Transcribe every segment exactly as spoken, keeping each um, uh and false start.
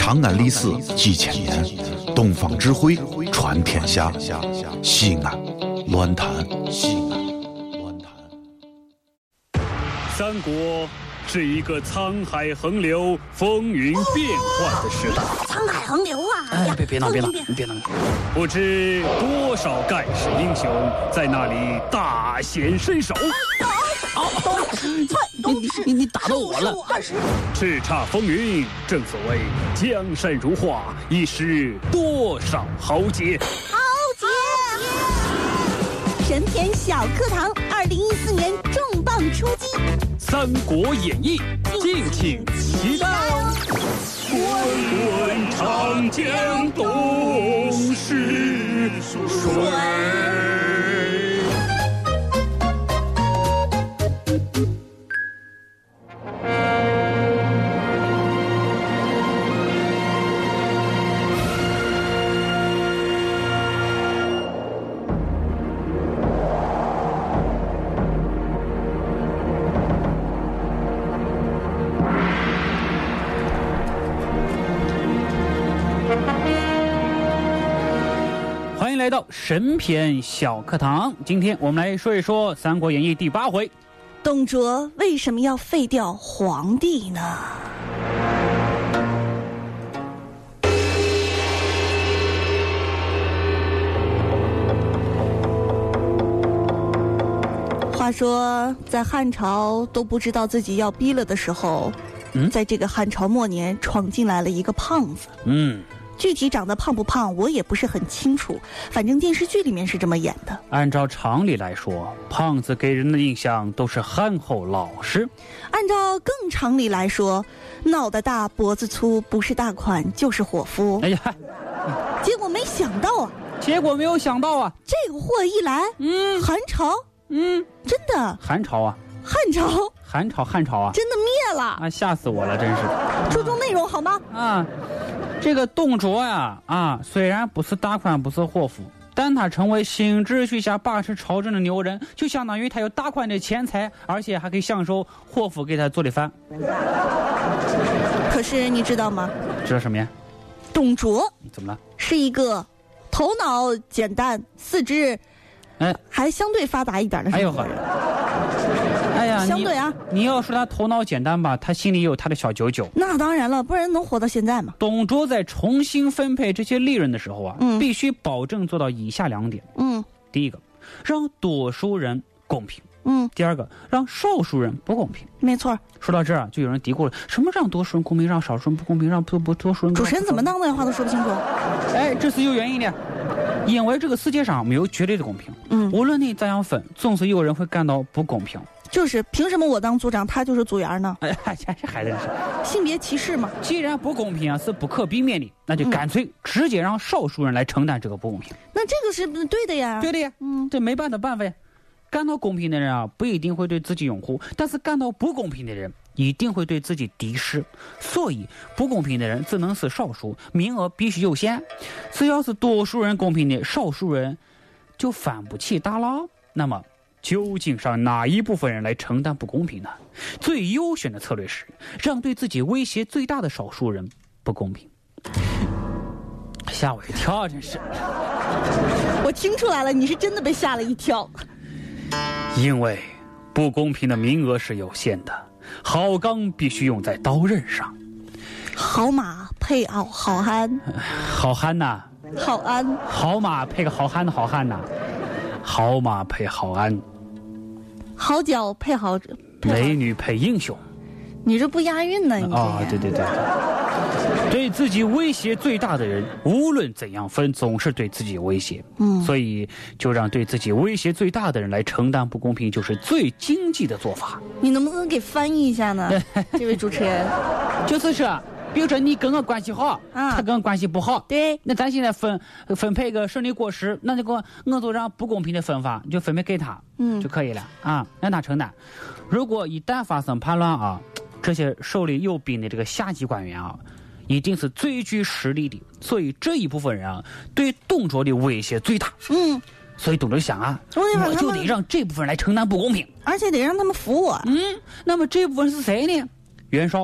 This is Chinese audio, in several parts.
长安历史几千年，东方智慧传天下。西安乱谈西安乱谈。 三国是一个沧海横流、风云变幻的时代。 沧海横流啊！ 哎，别别闹，别闹，你别闹！ 不知多少盖世英雄在那里大显身手。 哦哦，你你你你打到我了！ 叱咤风云，正所谓江山如画，一时多少豪杰。 豪杰！神篇小课堂，二零一四年重磅出击，《 三国演义》，敬请期待哦！滚滚长江东逝水。 欢迎来到神篇小课堂，今天我们来说一说《三国演义》第八回， 董卓为什么要废掉皇帝呢？话说在汉朝都不知道自己要逼了的时候，嗯，在这个汉朝末年闯进来了一个胖子。 嗯， 具体长得胖不胖我也不是很清楚，反正电视剧里面是这么演的。 按照常理来说，胖子给人的印象都是憨厚老实。 按照更常理来说，脑袋大脖子粗，不是大款就是伙夫。 哎呀， 结果没想到啊！ 结果没有想到啊！ 这个货一来， 嗯， 韩朝， 嗯， 真的韩朝啊， 汉朝， 韩朝，汉朝啊， 真的灭了啊！吓死我了，真是。 注重内容好吗？ 啊，这个董卓呀，啊，虽然不是大款，不是伙夫，但他成为新秩序下把持朝政的牛人，就相当于他有大款的钱财，而且还可以享受伙夫给他做的饭。 可是你知道吗？ 知道什么呀？ 董卓怎么了？ 是一个头脑简单、四肢哎还相对发达一点的人。 哎呦呵！哎呀， 相对啊， 你要说他头脑简单吧，他心里有他的小九九。 那当然了，不然能活到现在吗？ 董卓在重新分配这些利润的时候啊， 嗯、 必须保证做到以下两点。 嗯， 第一个，让多数人公平。 嗯， 第二个，让少数人不公平。 没错。 说到这儿啊，就有人嘀咕了：什么让多数人公平，让少数人不公平，让不不多数人？ 主持人怎么当的话都说不清楚。 哎，这是有原因的，因为这个世界上没有绝对的公平。 嗯， 无论你怎样分，总是有人会感到不公平。 就是凭什么我当组长，他就是组员呢？ 哎呀，这孩子是性别歧视嘛？ 既然不公平啊是不可避免的，那就干脆直接让少数人来承担这个不公平。 嗯、那这个是对的呀， 对的呀，嗯，这没办的办法呀。感到公平的人啊，不一定会对自己拥护，但是感到不公平的人一定会对自己敌视。所以不公平的人只能是少数，名额必须有限。只要是多数人公平的，少数人就翻不起大浪。那么究竟让哪一部分人来承担不公平呢？最优选的策略是让对自己威胁最大的少数人不公平。吓我一跳，真是。 我听出来了，你是真的被吓了一跳。 因为不公平的名额是有限的，好钢必须用在刀刃上。 好马配好好鞍， 好汉呐， 好鞍， 好马配个好汉的好汉呐，好马配好鞍， 好脚配好， 美女配英雄。 你这不押韵呢？你这哦，对对对，对自己威胁最大的人，无论怎样分，总是对自己威胁。嗯，所以就让对自己威胁最大的人来承担不公平，就是最经济的做法。 你能不能给翻译一下呢？这位主持人， 就是说，比如说你跟我关系好，啊，他跟我关系不好， 对， 那咱现在分分配个胜利果实，那就我我就让不公平的分法就分配给他，嗯，就可以了啊，让他承担。如果一旦发生叛乱啊，这些手里有兵的这个下级官员啊，一定是最具实力的，所以这一部分人啊，对董卓的威胁最大。嗯，所以董卓想啊，我就得让这部分人来承担不公平， 而且得让他们服我。 嗯，那么这部分是谁呢？袁绍、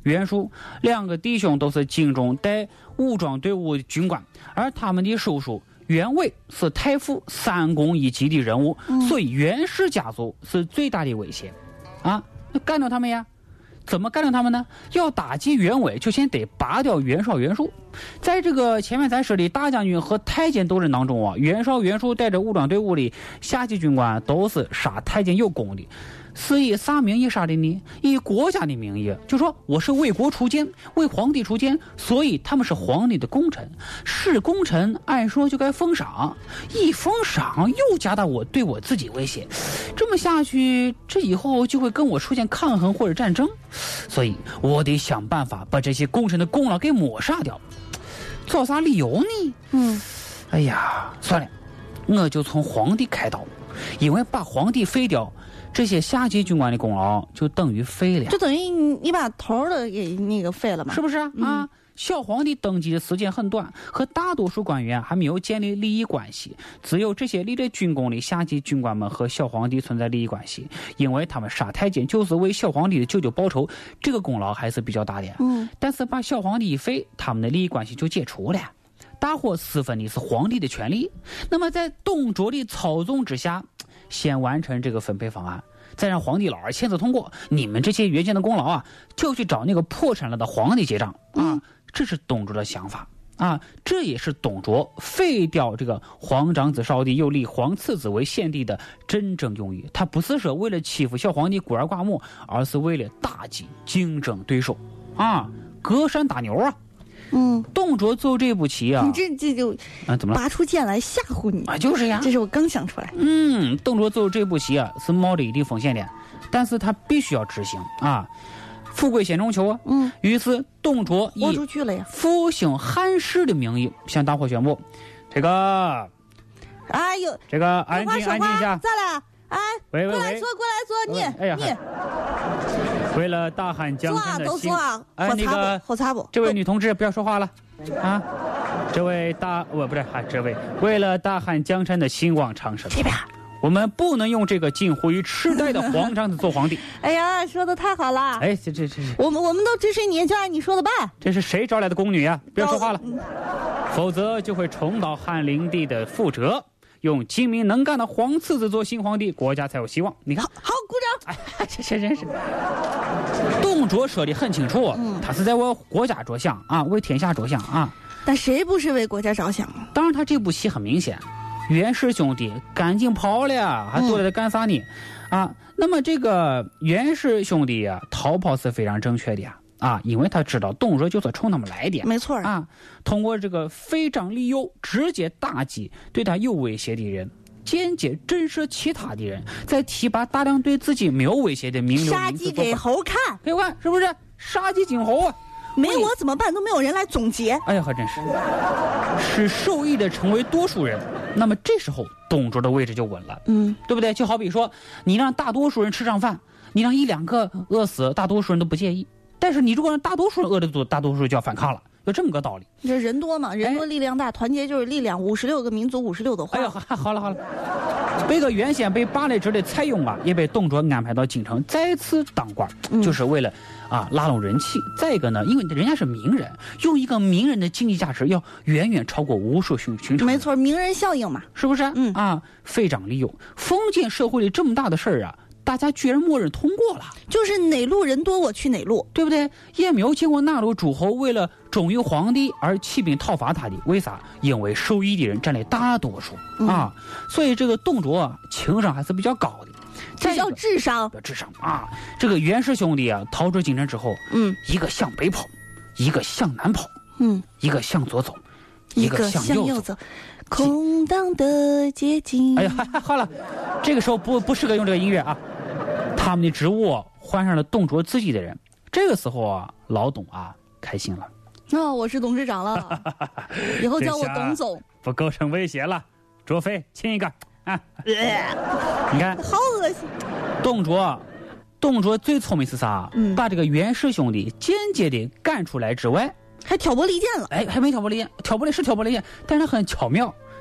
袁术，两个弟兄都是京中带武装队伍的军官，而他们的叔叔袁伟是太傅三公一级的人物，嗯、所以袁氏家族是最大的威胁啊！干掉他们呀！怎么干掉他们呢？要打击袁伟，就先得拔掉袁绍、袁术。在这个前面咱说的大将军和太监斗争当中啊，袁绍、袁术带着武装队伍里下级军官都是杀太监有功的。是以啥名义杀的呢？以国家的名义，就说我是为国除奸，为皇帝除奸，所以他们是皇帝的功臣，是功臣，按说就该封赏，一封赏又加大我对我自己威胁，这么下去，这以后就会跟我出现抗衡或者战争，所以我得想办法把这些功臣的功劳给抹杀掉。找啥理由呢？嗯，哎呀，算了，我就从皇帝开刀，因为把皇帝废掉，这些下级军官的功劳就等于废了， 就等于你把头的给那个废了嘛， 是不是啊？嗯、啊，小皇帝登基的时间很短，和大多数官员还没有建立利益关系，只有这些立在军功的下级军官们和小皇帝存在利益关系，因为他们杀太监就是为小皇帝的舅舅报仇，这个功劳还是比较大的。嗯，但是把小皇帝一废，他们的利益关系就解除了。大伙私分的是皇帝的权利，那么在董卓的操纵之下，先完成这个分配方案，再让皇帝老儿签字通过，你们这些原先的功劳啊，就去找那个破产了的皇帝结账啊！嗯、这是董卓的想法啊，这也是董卓废掉这个皇长子少帝，又立皇次子为献帝的真正用意。他不是说为了欺负小皇帝孤儿寡母，而是为了打击竞争对手啊，隔山打牛啊！嗯，董卓做这步棋啊， 你这这就啊怎么了？ 拔出剑来吓唬你啊，就是呀， 这是我刚想出来。 嗯，董卓做这步棋啊，是冒着一定风险的，但是他必须要执行啊。富贵险中求啊，嗯，于是董卓以复兴汉室的名义向大伙宣布，这个， 哎呦， 这个安静安静一下， 再来，哎， 喂喂喂， 过来坐过来坐，你， 哎呀， 你。 为了大汉江山的兴， 哎，那个好擦不？ 这位女同志不要说话了，啊！这位大我不是啊，这位为了大汉江山的兴旺昌盛， 这边我们不能用这个近乎于痴呆的皇长子做皇帝。 哎呀，说的太好了！ 哎，这这这， 我们我们都支持你，就按你说的办。 这是谁招来的宫女啊？不要说话了，否则就会重蹈汉灵帝的覆辙。用精明能干的皇次子做新皇帝，国家才有希望。你看， 好，好鼓掌！ 哎，这这真是。董卓说的很清楚，嗯、他是在为国家着想啊，为天下着想啊。 但谁不是为国家着想啊？ 当然，他这部戏很明显，袁氏兄弟赶紧跑了，还躲在干啥呢？嗯、啊，那么这个袁氏兄弟啊，逃跑是非常正确的呀。啊，因为他知道董卓就是冲他们来的， 没错啊。通过这个废张立右，直接打击对他有威胁的人，间接震慑其他的人，再提拔大量对自己没有威胁的名流。 杀鸡给猴看， 给我看是不是？杀鸡儆猴啊！ 没我怎么办？都没有人来总结。 哎呀，还真是，使受益的成为多数人，那么这时候董卓的位置就稳了，嗯，对不对？就好比说，你让大多数人吃上饭，你让一两个饿死，大多数人都不介意。但是你如果让大多数人饿得多，大多数人就要反抗了，就这么个道理。 这人多嘛，人多力量大，哎、团结就是力量。五十六个民族，五十六朵花。 哎呀，好了好了，这个原先被罢了职的蔡邕啊，也被董卓安排到京城再次当官，嗯、就是为了啊拉拢人气。再一个呢，因为人家是名人，用一个名人的经济价值要远远超过无数寻寻常。 没错，名人效应嘛， 是不是？嗯啊，废张立右，封建社会里这么大的事儿啊。大家居然默认通过了， 就是哪路人多我去哪路， 对不对？也没有见过哪路诸侯为了忠于皇帝而起兵讨伐他的，为啥？因为受益的人占了大多数、嗯、啊，所以这个董卓啊，情商还是比较高的， 这叫智商， 智商啊！这个袁氏兄弟啊，逃出京城之后，嗯，一个向北跑，一个向南跑，嗯，一个向左走，一个向右走。 空荡的街景。 哎呀，好了，这个时候不不适合用这个音乐啊。他们的职务、啊、换上了董卓自己的人，这个时候啊，老董啊开心了。 哦，我是董事长了，以后叫我董总。 不构成威胁了，卓飞亲一个啊！你看， 好恶心。 董卓，董卓最聪明是啥？嗯，把这个袁氏兄弟间接的赶出来之外。 还挑拨离间了， 哎，还没挑拨离间，挑拨离是挑拨离间，但是很巧妙，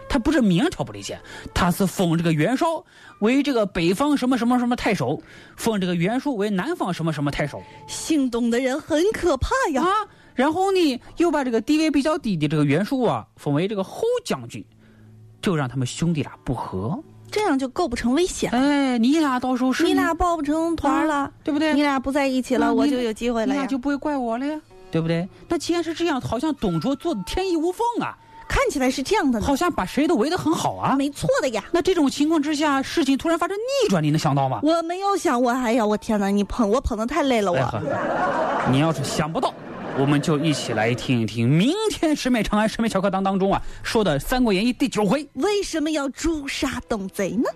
他不是明朝不立宪，他是封这个袁绍为这个北方什么什么什么太守，封这个袁术为南方什么什么太守。 姓董的人很可怕呀！ 啊，然后呢，又把这个地位比较低的这个袁术啊封为这个后将军，就让他们兄弟俩不和。 这样就构不成危险。 哎，你俩到时候是你俩抱不成团了、啊， 对不对？ 你俩不在一起了，啊、我就有机会了呀， 你俩就不会怪我了呀，对不对？那既然是这样，好像董卓做的天衣无缝啊， 看起来是这样的呢， 好像把谁都围得很好啊， 没错的呀。 那这种情况之下，事情突然发生逆转，你能想到吗？ 我没有想，我哎呀，我天哪，你捧我捧得太累了我、 哎。你要是想不到，我们就一起来听一听明天十美长安十美小课堂当中啊说的《三国演义》第九回， 为什么要诛杀董贼呢？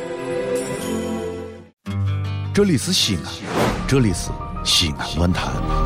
这里是西安，这里是西安论坛。